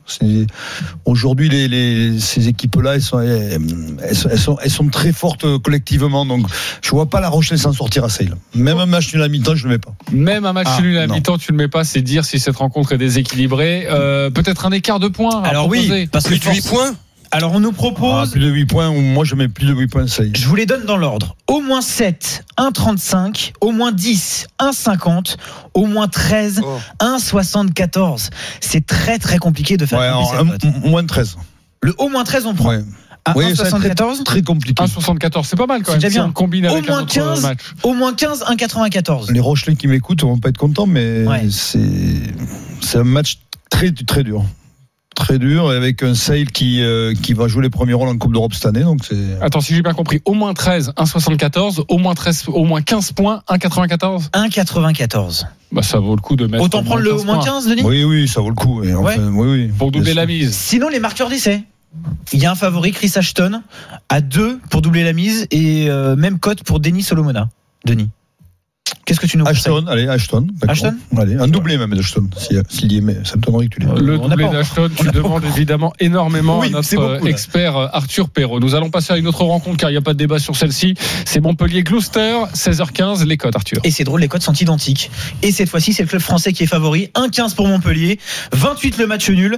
Aujourd'hui, ces équipes-là, elles sont très fortes collectivement. Donc, je vois pas la Rochelle s'en sortir à Sale. Même un match nul à mi-temps, je le mets pas. Même un match nul à mi-temps, tu le mets pas. C'est dire si cette rencontre est déséquilibré. Peut-être un écart de points. Alors oui, parce que 8 points. Alors on nous propose plus de 8 points. Moi je mets plus de 8 points. Ça y est. Je vous les donne dans l'ordre. Au moins 7, 1,35. Au moins 10, 1,50. Au moins 13, 1,74. C'est très très compliqué de faire moins 13. Le au moins 13 on prend. Ouais. À oui, 1,74 très compliqué. 1,74 c'est pas mal quand même. C'est déjà bien. Si on combine avec au moins 15, match. Au moins 15, 1,94. Les Rochelais qui m'écoutent vont pas être contents, mais c'est un match très très dur. Très dur, avec un Sale qui va jouer les premiers rôles en Coupe d'Europe cette année. Donc c'est... Attends, si j'ai bien compris, au moins 13, 1,74, au moins 15 points, 1,94 1,94. Bah, ça vaut le coup de mettre. Autant prendre le au moins 15, Denis ? Oui, ça vaut le coup. Oui. Pour doubler la mise. Sinon, les marqueurs d'essai. Il y a un favori, Chris Ashton, à 2 pour doubler la mise et même cote pour Denis Solomona. Denis. Qu'est-ce que tu nous conseilles ? Ashton. Ashton ? Allez, un doublé même d'Ashton. S'il y est, mais ça me donnerait que tu l'aies. Le doublé d'Ashton, tu demandes évidemment énormément à notre expert Arthur Perrault. Nous allons passer à une autre rencontre car il n'y a pas de débat sur celle-ci. C'est Montpellier-Gloucester, 16h15, les cotes, Arthur. Et c'est drôle, les cotes sont identiques. Et cette fois-ci, c'est le club français qui est favori. 1,15 pour Montpellier, 28 le match nul,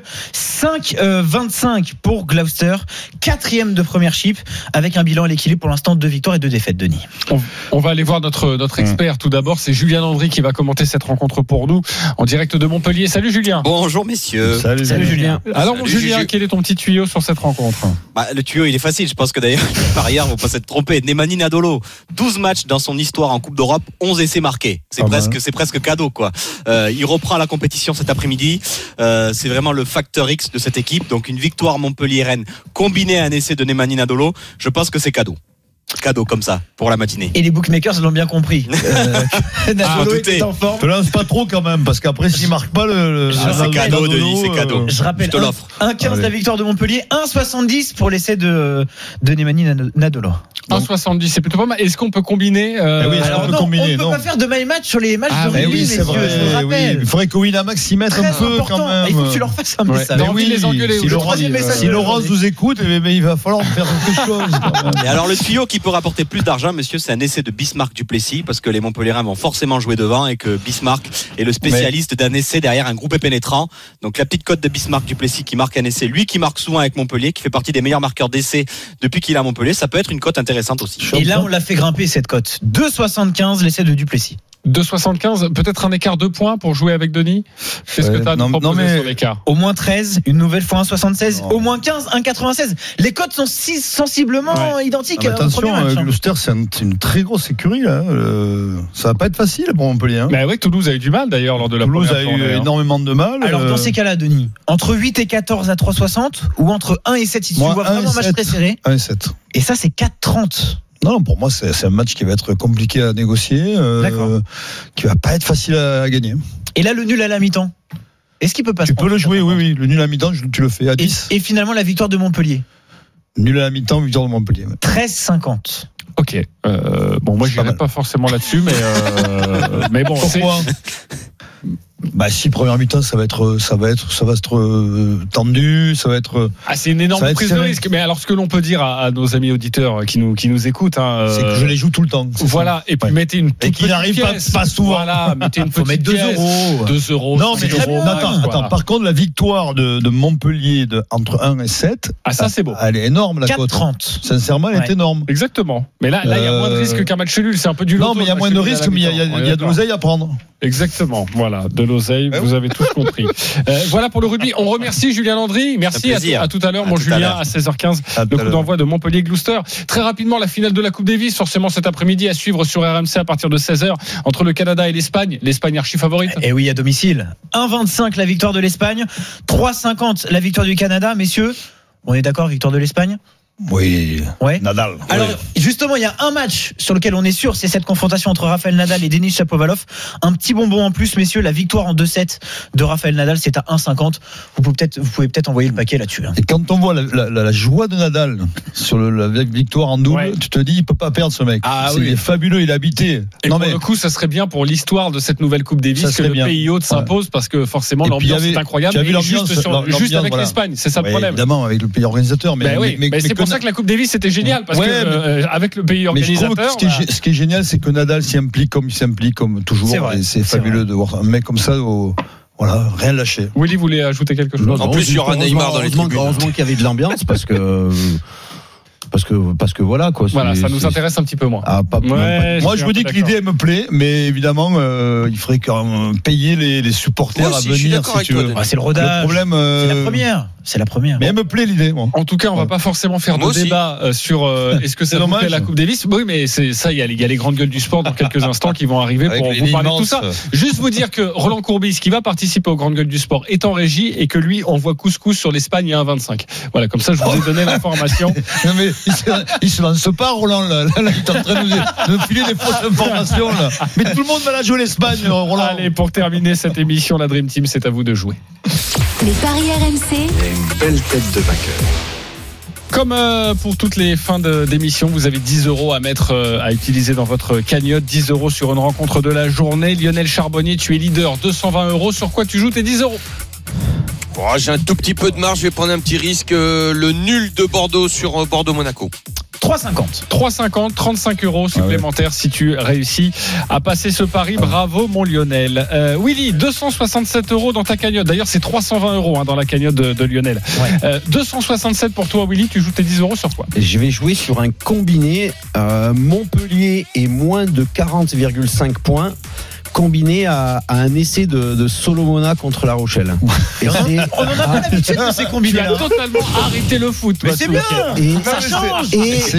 5,25 pour Gloucester, 4e de Premiership, avec un bilan à l'équilibre pour l'instant, 2 victoires et 2 défaites, Denis. On va aller voir notre expert. Tout d'abord, c'est Julien Landry qui va commenter cette rencontre pour nous en direct de Montpellier. Salut Julien. Bonjour messieurs. Salut Julien. Alors mon Julien, quel est ton petit tuyau sur cette rencontre ? Le tuyau il est facile, je pense que d'ailleurs les parieurs vont pas s'être trompés. Nemanja Nadolo, 12 matchs dans son histoire en Coupe d'Europe, 11 essais marqués. C'est presque cadeau quoi. Il reprend la compétition cet après-midi. C'est vraiment le facteur X de cette équipe. Donc une victoire Montpellier-Rennes combinée à un essai de Nemanja Nadolo, je pense que c'est cadeau comme ça pour la matinée. Et les bookmakers l'ont bien compris. Nadolo est en forme. Te lance pas trop quand même, parce qu'après s'il marque pas c'est cadeau Denis, c'est cadeau. Je rappelle, 1,15 la victoire de Montpellier, 1,70 pour l'essai de Nemanja Nadolo. 1,70 c'est plutôt pas mal. Est-ce qu'on peut combiner Alors non, on ne peut pas faire de my match sur les matchs de rugby, messieurs, je vous rappelle. Il faudrait que Winamax s'y mette un peu quand même. Il faut que tu leur fasses un message. Si Laurence nous écoute, il va falloir faire quelque chose. Et alors le tuyau qui peut rapporter plus d'argent, monsieur, c'est un essai de Bismarck-Duplessis, parce que les Montpelliérains vont forcément jouer devant et que Bismarck est le spécialiste d'un essai derrière un groupe pénétrant. Donc la petite cote de Bismarck-Duplessis qui marque un essai, lui qui marque souvent avec Montpellier, qui fait partie des meilleurs marqueurs d'essai depuis qu'il est à Montpellier, ça peut être une cote intéressante aussi. Et là on l'a fait grimper cette cote, 2,75 l'essai de Duplessis. 2,75, peut-être un écart 2 points pour jouer avec Denis. Qu'est-ce que tu as à nous proposer sur l'écart? Au moins 13, une nouvelle fois 1,76, au moins 15, 1,96. Les cotes sont sensiblement identiques. Attention, Gloucester, c'est une très grosse écurie. Là. Ça va pas être facile pour Montpellier. Hein. Mais oui, Toulouse a eu du mal d'ailleurs lors de la première journée. Toulouse a eu énormément de mal. Alors dans ces cas-là, Denis, entre 8 et 14 à 3,60 ou entre 1 et 7 si tu vois vraiment un match très serré. 1 et 7. Et ça, c'est 4,30. Non, pour moi, c'est un match qui va être compliqué à négocier, qui va pas être facile à gagner. Et là, le nul à la mi-temps, est-ce qu'il peut pas? Tu peux le jouer, oui. Le nul à la mi-temps, tu le fais à 10. Et finalement, la victoire de Montpellier. Nul à la mi-temps, victoire de Montpellier. 13,50. Ok. Bon, moi, je n'irai pas forcément là-dessus, mais bon. Pourquoi? Si première mi-temps, ça va être tendu, ça va être. C'est une énorme prise de risque. Mais alors, ce que l'on peut dire à nos amis auditeurs qui nous écoutent, c'est que je les joue tout le temps. Voilà. Ça. Et puis mettez une petite qui n'arrive pas souvent. Voilà. Mettez une petite pièce. 2 euros. Non, mais attends. Par contre, la victoire de Montpellier entre 1 et 7. Ça, c'est beau. Elle est énorme, la cote. 4,30. Sincèrement, elle est énorme. Exactement. Mais là, il y a moins de risque qu'un match nul. C'est un peu du loto. Non, mais il y a moins de risque, mais il y a de l'oseille à prendre. Exactement. Voilà. De l'oseille. Vous avez tous compris. Voilà pour le rugby. On remercie Julien Landry. Merci à tout à l'heure, mon Julien, à 16h15. Le coup d'envoi de Montpellier-Gloucester. Très rapidement, la finale de la Coupe Davis, forcément cet après-midi, à suivre sur RMC à partir de 16h entre le Canada et l'Espagne. L'Espagne archi favorite. Et oui, à domicile. 1,25 la victoire de l'Espagne, 3,50 la victoire du Canada. Messieurs, on est d'accord, victoire de l'Espagne? Oui, ouais. Nadal. Alors justement, il y a un match sur lequel on est sûr, c'est cette confrontation entre Rafael Nadal et Denis Shapovalov. Un petit bonbon en plus, messieurs, la victoire en 2-7 de Rafael Nadal, c'est à 1,50. Vous pouvez peut-être envoyer le paquet là-dessus. Et quand on voit la joie de Nadal sur la victoire en double, tu te dis il peut pas perdre ce mec. Il est fabuleux, il est habité. Et pour le coup, ça serait bien pour l'histoire de cette nouvelle Coupe Davis que le pays hôte s'impose parce que forcément l'ambiance est incroyable. Et juste avec l'Espagne, c'est ça le problème. Évidemment, avec le pays organisateur, mais c'est pour ça que la Coupe Davis c'était génial parce que avec le pays organisateur. Ce qui est génial, c'est que Nadal s'y implique comme il s'implique comme toujours. C'est fabuleux de voir un mec comme ça. Voilà, rien lâché. Willy voulait ajouter quelque chose. En plus, il y aura Neymar dans les tribunes. Heureusement qu'il y avait de l'ambiance parce que voilà quoi. Voilà, ça nous intéresse un petit peu moins. Moi, je me dis que l'idée elle me plaît, mais évidemment, il faudrait quand même payer les supporters à venir. Si tu veux. C'est le rodage. Le problème, c'est la première. Mais elle me plaît l'idée. Moi. En tout cas, on va pas forcément faire de débat sur est-ce que ça vous plaît la Coupe Davis. Oui, mais c'est ça. Il y a les grandes gueules du sport dans quelques instants qui vont arriver pour vous parler de tout ça. Juste vous dire que Roland Courbis, qui va participer aux grandes gueules du sport, est en régie et que lui envoie couscous sur l'Espagne à 1,25. Voilà, comme ça, je vous ai donné l'information. Mais il se lance pas, Roland. Là, il est en train de nous filer des fausses informations. Là. Mais tout le monde va la jouer l'Espagne, Roland. Allez, pour terminer cette émission, la Dream Team, c'est à vous de jouer. Les paris RMC. Et une belle tête de vainqueur. Comme pour toutes les fins d'émission, vous avez 10 euros à mettre, à utiliser dans votre cagnotte. 10 euros sur une rencontre de la journée. Lionel Charbonnier, tu es leader. 220 euros. Sur quoi tu joues tes 10 euros? J'ai un tout petit peu de marge, je vais prendre un petit risque. Le nul de Bordeaux sur Bordeaux-Monaco. 3,50. 35 euros supplémentaires si tu réussis à passer ce pari. Bravo mon Lionel. Willy, 267 euros dans ta cagnotte. D'ailleurs, c'est 320 euros dans la cagnotte de Lionel. 267 pour toi, Willy. Tu joues tes 10 euros sur quoi? Je vais jouer sur un combiné Montpellier et moins de 40,5 points. Combiné à un essai de Solomona contre La Rochelle. Et on n'en a pas l'habitude de ces combinés. Tu as totalement arrêté le foot. Mais c'est bien. Et ça change. Et c'est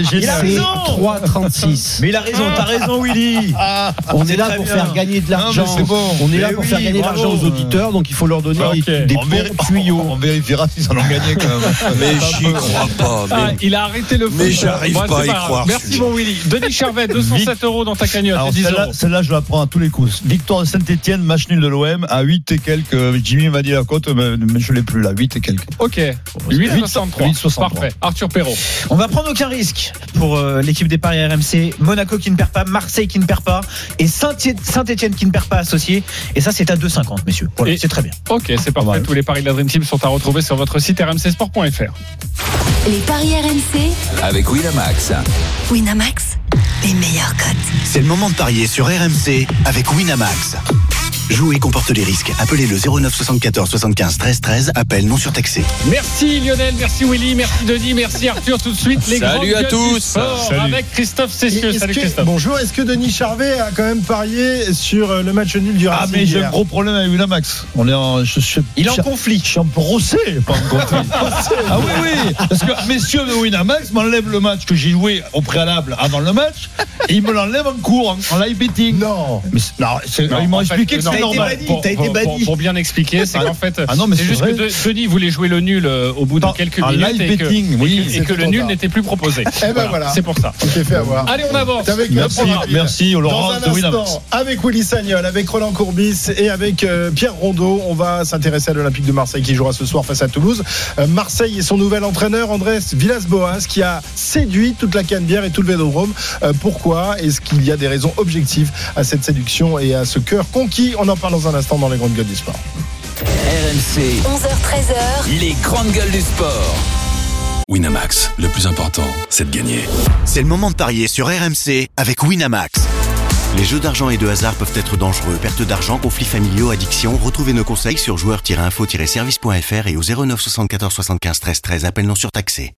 3,36. Mais il a raison. T'as raison, Willy. On est là pour faire gagner de l'argent. On est là pour faire gagner de l'argent aux auditeurs, donc il faut leur donner des bons tuyaux. On vérifiera s'ils en ont gagné quand même. Mais j'y crois pas. Il a arrêté le foot. Mais j'arrive pas à y croire. Merci mon Willy. Denis Charvet, 207 euros dans ta cagnotte. Celle-là, je la prends à tous les coups. Victoire de Saint-Etienne, match nul de l'OM à 8 et quelques. Jimmy m'a dit la cote, mais je l'ai plus là, 8 et quelques. Ok, 8,63. Parfait. Arthur Perrault. On va prendre aucun risque pour l'équipe des paris RMC. Monaco qui ne perd pas, Marseille qui ne perd pas et Saint-Etienne qui ne perd pas associé. Et ça, c'est à 2,50, messieurs. Voilà, c'est très bien. Ok, c'est parfait. Tous les paris de la Dream Team sont à retrouver sur votre site rmcsport.fr. Les paris RMC avec Winamax. Winamax, les meilleurs cotes. C'est le moment de parier sur RMC avec Winamax. Jouer comporte les risques. Appelez le 09 74 75 13 13. Appel non surtaxé. Merci Lionel, merci Willy, merci Denis, merci Arthur. Tout de suite, les Salut grandes à gueules tous. du sport Salut. avec Christophe Cessieux. Salut Christophe. Bonjour, est-ce que Denis Charvet a quand même parié sur le match nul du Racing? Ah, mais j'ai hier un gros problème avec Winamax. Il est en conflit. Je suis en procès, pas en conflit. Ah oui, parce que messieurs de Winamax m'enlèvent le match que j'ai joué au préalable avant le match et ils me l'enlèvent en cours, en live betting. Non. Mais ils m'ont en expliqué fait, que c'est normal. Pour bien expliquer, c'est qu'en fait, mais c'est juste vrai. que Denis voulait jouer le nul au bout de quelques en minutes live et que, betting, oui. et que le nul n'était plus proposé. Eh ben voilà. C'est pour ça. Tu t'es fait avoir. Allez, on avance. Avec Merci Dans Laurent un de Winamax. instant, avec Willy Sagnol, avec Roland Courbis et avec Pierre Rondeau, on va s'intéresser à l'Olympique de Marseille qui jouera ce soir face à Toulouse. Marseille et son nouvel entraîneur Andrés Villas-Boas qui a séduit toute la Canebière et tout le Vélodrome. Pourquoi? Est-ce qu'il y a des raisons objectives à cette séduction et à ce cœur conquis? On en parle dans un instant dans les grandes gueules du sport. RMC, 11h-13h, les grandes gueules du sport. Winamax, le plus important, c'est de gagner. C'est le moment de parier sur RMC avec Winamax. Les jeux d'argent et de hasard peuvent être dangereux. Perte d'argent, conflits familiaux, addiction. Retrouvez nos conseils sur joueurs-info-service.fr et au 09 74 75 13 13. Appel non surtaxé.